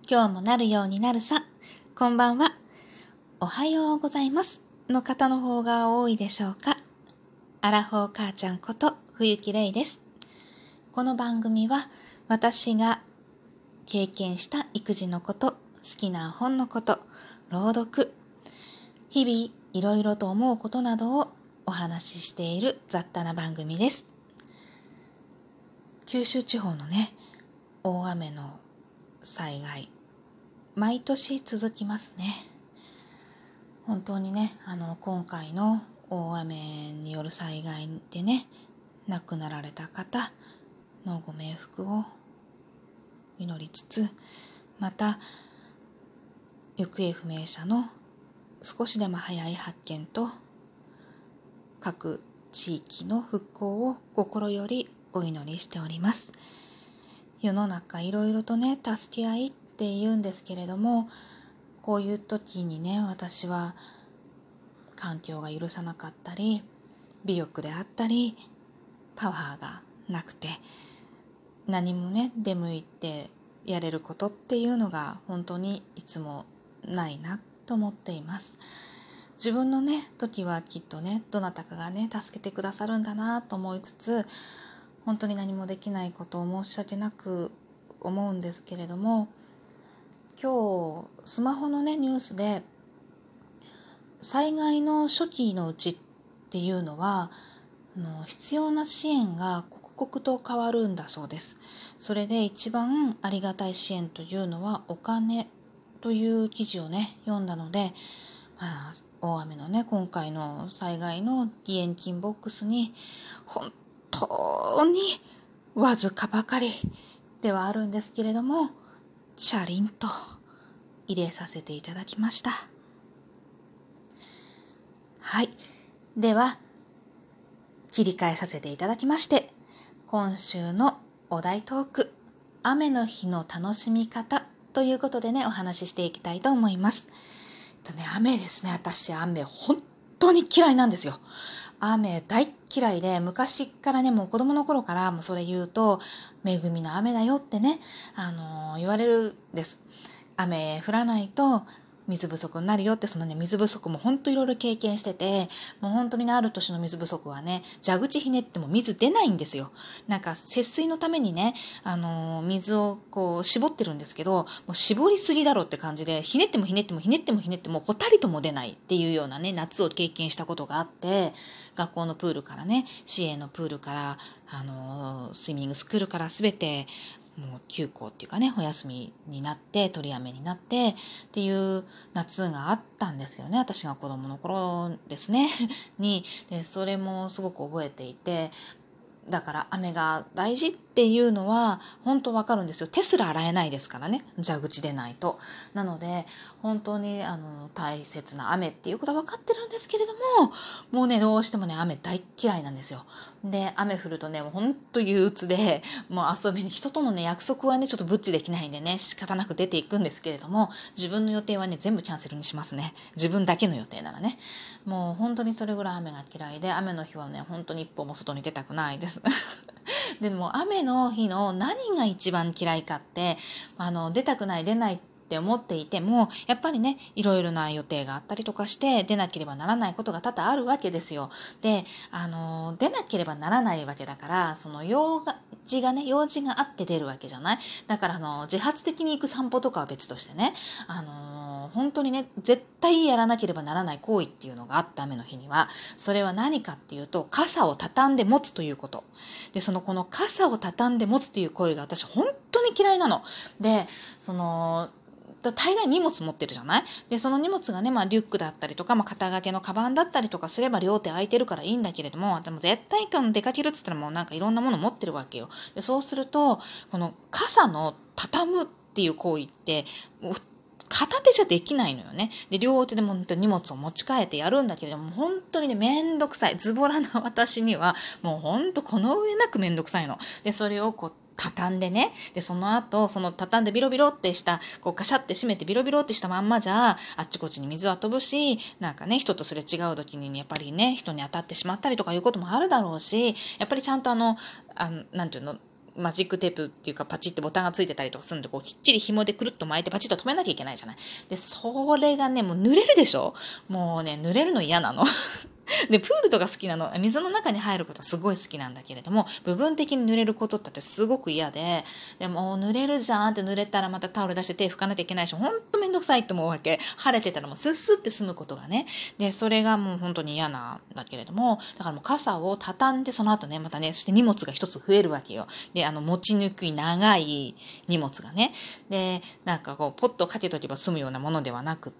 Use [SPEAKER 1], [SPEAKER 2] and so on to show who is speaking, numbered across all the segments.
[SPEAKER 1] 今日もなるようになるさ。こんばんは。おはようございますの方の方が多いでしょうか。アラフォー母ちゃんこと冬木玲です。この番組は私が経験した育児のこと、好きな本のこと、朗読、日々いろいろと思うことなどをお話ししている雑多な番組です。九州地方のね、大雨の災害、毎年続きますね。本当にね、今回の大雨による災害でね、亡くなられた方のご冥福を祈りつつ、また行方不明者の少しでも早い発見と各地域の復興を心よりお祈りしております。世の中いろいろとね、助け合いって言うんですけれども、こういう時にね、私は環境が許さなかったり、微力であったり、パワーがなくて、何もね、出向いてやれることっていうのが本当にいつもないなと思っています。自分のね、時はきっとね、どなたかがね、助けてくださるんだなと思いつつ、本当に何もできないことを申し訳なく思うんですけれども、今日スマホのねニュースで災害の初期のうちっていうのは必要な支援が刻々と変わるんだそうです。それで一番ありがたい支援というのはお金という記事をね読んだので、大雨のね今回の災害の義援金ボックスに本当にわずかばかりではあるんですけれども、チャリンと入れさせていただきました。はい。では、切り替えさせていただきまして、今週のお題トーク、雨の日の楽しみ方ということでね、お話ししていきたいと思います。雨ですね。私、雨本当に嫌いなんですよ。雨大嫌いで、昔からね、もう子供の頃からもうそれ言うと、恵みの雨だよってね、言われるんです。雨降らないと水不足になるよって、そのね、水不足も本当いろいろ経験してて、もう本当にね、ある年の水不足はね、蛇口ひねっても水出ないんですよ。なんか節水のためにね、水をこう絞ってるんですけど、もう絞りすぎだろうって感じで、ひねってもひねってもひねってもひねってもほたりとも出ないっていうようなね、夏を経験したことがあって、学校のプールからね、市営のプールから、スイミングスクールからすべて、もう休校っていうかね、お休みになって、取り雨になってっていう夏があったんですけどね、私が子供の頃ですね、に、で、それもすごく覚えていて、だから雨が大事っていうのは本当わかるんですよ。手すら洗えないですからね。蛇口でないと。なので本当に大切な雨っていうことは分かってるんですけれども、もうねどうしてもね雨大嫌いなんですよ。で雨降るとねもう本当憂鬱で、もう遊びに人とのね約束はねちょっとブッチできないんでね仕方なく出ていくんですけれども、自分の予定はね全部キャンセルにしますね。自分だけの予定ならね。もう本当にそれぐらい雨が嫌いで、雨の日はね本当に一歩も外に出たくないです。でも雨の日の何が一番嫌いかって、出たくない出ないって思っていても、やっぱりねいろいろな予定があったりとかして出なければならないことが多々あるわけですよ。で出なければならないわけだから、その用事があって出るわけじゃない。だから自発的に行く散歩とかは別としてね、本当にね絶対やらなければならない行為っていうのがあった雨の日には、それは何かっていうと傘を畳んで持つということ。でこの傘を畳んで持つという行為が私本当に嫌いなので、大概荷物持ってるじゃない。でその荷物がね、リュックだったりとか、肩掛けのカバンだったりとかすれば両手空いてるからいいんだけれども、でも絶対出かけるっつったらもうなんかいろんなもの持ってるわけよ。でそうするとこの傘の畳むっていう行為ってもう片手じゃできないのよね。で両手でも荷物を持ち替えてやるんだけれども、本当にねめんどくさい、ズボラな私にはもう本当この上なくめんどくさいので、それをこう畳んでね、でその後その畳んでビロビロってしたこうカシャって閉めてビロビロってしたまんまじゃあっちこっちに水は飛ぶし、なんかね人とすれ違う時にやっぱりね人に当たってしまったりとかいうこともあるだろうし、やっぱりちゃんとなんていうの、 マジックテープっていうかパチッとボタンがついてたりとかするんで、きっちり紐でくるっと巻いてパチッと止めなきゃいけないじゃない。で、それがね、もう濡れるでしょ。もうね、濡れるの嫌なの。で、プールとか好きなの。水の中に入ることはすごい好きなんだけれども、部分的に濡れることってすごく嫌で、でも濡れるじゃんって、濡れたらまたタオル出して手拭かなきゃいけないし、ほんとめんどくさいと思うわけ。晴れてたらもうスッスって済むことがね。で、それがもう本当に嫌なんだけれども、だからもう傘を畳んで、その後ね、またね、そして荷物が一つ増えるわけよ。で、持ちにくい長い荷物がね。で、なんかこう、ポッとかけとけば済むようなものではなくって、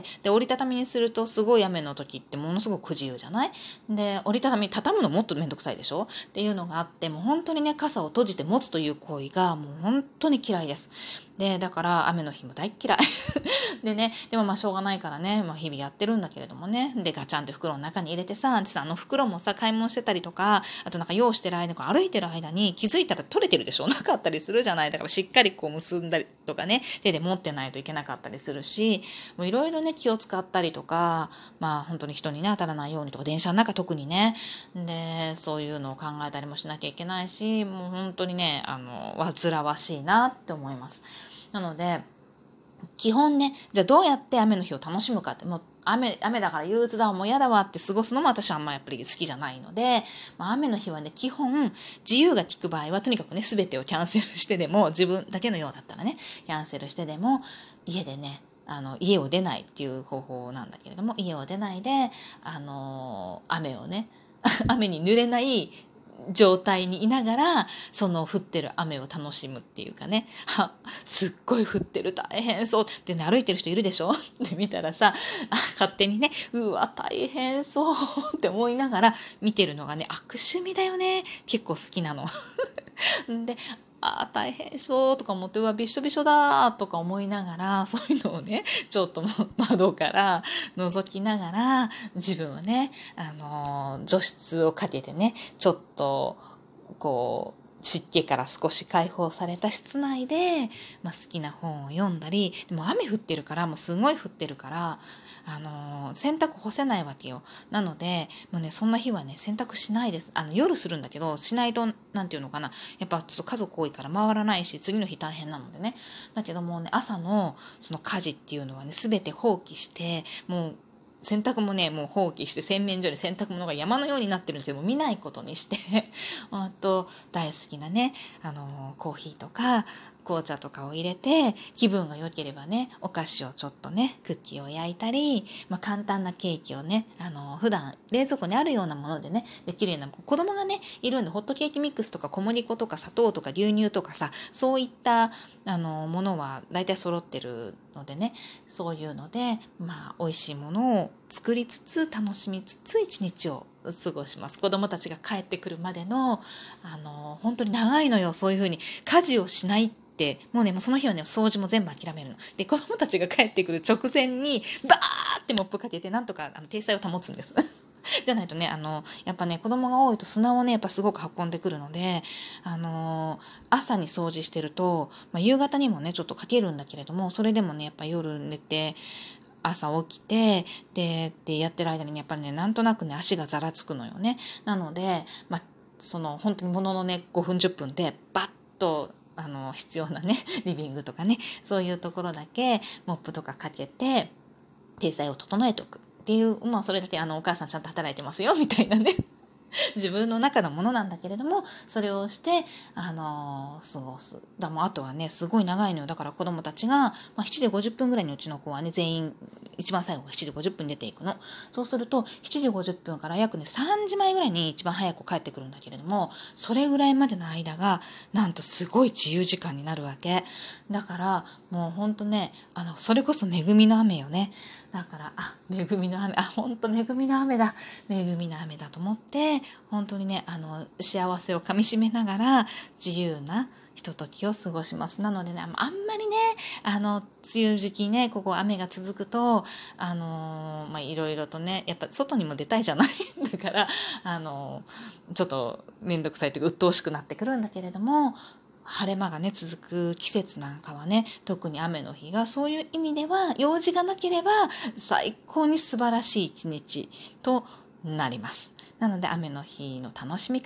[SPEAKER 1] で、折りたたみにするとすごい雨の時ってものすごく不自由じゃない？で、折りたたみ畳むのもっとめんどくさいでしょっていうのがあって、もう本当にね、傘を閉じて持つという行為がもう本当に嫌いです。で、だから雨の日も大嫌い。でね、でもまあしょうがないからね、まあ日々やってるんだけれどもね。で、ガチャンって袋の中に入れてさ、でさ、袋もさ、買い物してたりとか、あとなんか用してる間、歩いてる間に気づいたら取れてるでしょなかったりするじゃない。だからしっかりこう結んだりとかね、手で持ってないといけなかったりするし、もういろいろね、気を使ったりとか、まあ本当に人にね、当たらないようにとか、電車の中特にね、で、そういうのを考えたりもしなきゃいけないし、もう本当にね、煩わしいなって思います。なので、基本ね、じゃあどうやって雨の日を楽しむかって、もう雨だから憂鬱だわ、もう嫌だわって過ごすのも私はあんまやっぱり好きじゃないので、まあ、雨の日はね、基本自由が利く場合はとにかくね、全てをキャンセルしてでも、自分だけのようだったらね、キャンセルしてでも、家でね、家を出ないっていう方法なんだけれども、家を出ないで、雨をね、雨に濡れない状態にいながら、その降ってる雨を楽しむっていうかね、すっごい降ってる、大変そうってね、歩いてる人いるでしょって見たらさ、勝手にね、うわ、大変そうって思いながら見てるのがね、悪趣味だよね。結構好きなの。で、大変そうとか思って、うわ、びしょびしょだとか思いながら、そういうのをね、ちょっと窓から覗きながら、自分はね、除湿をかけてね、ちょっと、こう、湿気から少し解放された室内で、まあ、好きな本を読んだり、でも雨降ってるから、もうすごい降ってるから、洗濯干せないわけよ。なので、もうね、そんな日はね、洗濯しないです。夜するんだけど、しないと、なんていうのかな。やっぱちょっと家族多いから回らないし、次の日大変なのでね。だけどもうね、朝のその家事っていうのはね、すべて放棄して、もう、洗濯もね、もう放棄して洗面所に洗濯物が山のようになってるんですけども、見ないことにしてあと大好きなね、コーヒーとか紅茶とかを入れて、気分が良ければね、お菓子をちょっとね、クッキーを焼いたり、まあ、簡単なケーキをね、普段冷蔵庫にあるようなものでね、できるような、子供がね、いるんで、ホットケーキミックスとか小麦粉とか砂糖とか牛乳とかさ、そういったものは大体揃ってるのでね、そういうので、まあ、美味しいものを作りつつ、楽しみつつ、一日を過ごします。子供たちが帰ってくるまでの、本当に長いのよ、そういうふうに。家事をしないって、もうね、もうその日はね、掃除も全部諦めるの。で、子供たちが帰ってくる直前に、バーってモップかけて、なんとか、体裁を保つんです。じゃないとね、やっぱね、子供が多いと砂をね、やっぱすごく運んでくるので、朝に掃除してると、まあ、夕方にもね、ちょっとかけるんだけれども、それでもね、やっぱ夜寝て、朝起きて、で、やってる間にね、やっぱりね、なんとなくね、足がざらつくのよね。なので、まあ、本当にもののね、5分、10分で、バッと、必要なね、リビングとかね、そういうところだけ、モップとかかけて、体裁を整えておく。っていう、まあ、それだけお母さんちゃんと働いてますよ、みたいなね。自分の中のものなんだけれども、それをして、過ごす。もうあとはね、すごい長いのよ。だから子供たちが、まあ、7時50分ぐらいにうちの子はね、全員、一番最後が7時50分に出ていくの。そうすると、7時50分から約ね、3時前ぐらいに一番早く帰ってくるんだけれども、それぐらいまでの間が、なんとすごい自由時間になるわけ。だから、もうほんとね、それこそ恵みの雨よね。だから、恵みの雨、ほんと恵みの雨だ。恵みの雨だと思って、本当にね、幸せをかみしめながら自由なひとときを過ごします。なのでね、あんまりね、梅雨時期ね、ここ雨が続くと、まあ、いろいろとね、やっぱ外にも出たいじゃないだから、ちょっとめんどくさいというか、鬱陶しくなってくるんだけれども、晴れ間がね、続く季節なんかはね、特に雨の日が、そういう意味では、用事がなければ、最高に素晴らしい一日となります。なので、雨の日の楽しみ方。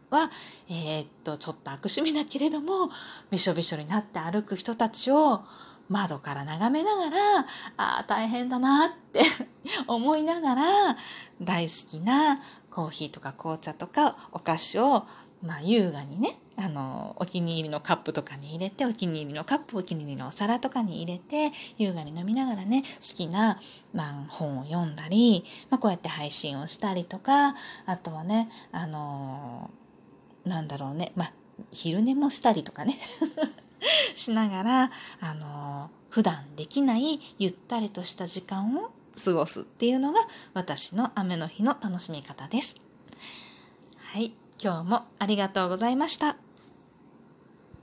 [SPEAKER 1] は、ちょっと悪趣味だけれども、びしょびしょになって歩く人たちを窓から眺めながら、ああ、大変だなって思いながら、大好きなコーヒーとか紅茶とかお菓子を、優雅にね、お気に入りのカップとかに入れて、お気に入りのカップ、お気に入りのお皿とかに入れて、優雅に飲みながらね、好きな、本を読んだり、こうやって配信をしたりとか、あとはね、昼寝もしたりとかねしながら、普段できないゆったりとした時間を過ごすっていうのが私の雨の日の楽しみ方です。はい、今日もありがとうございました。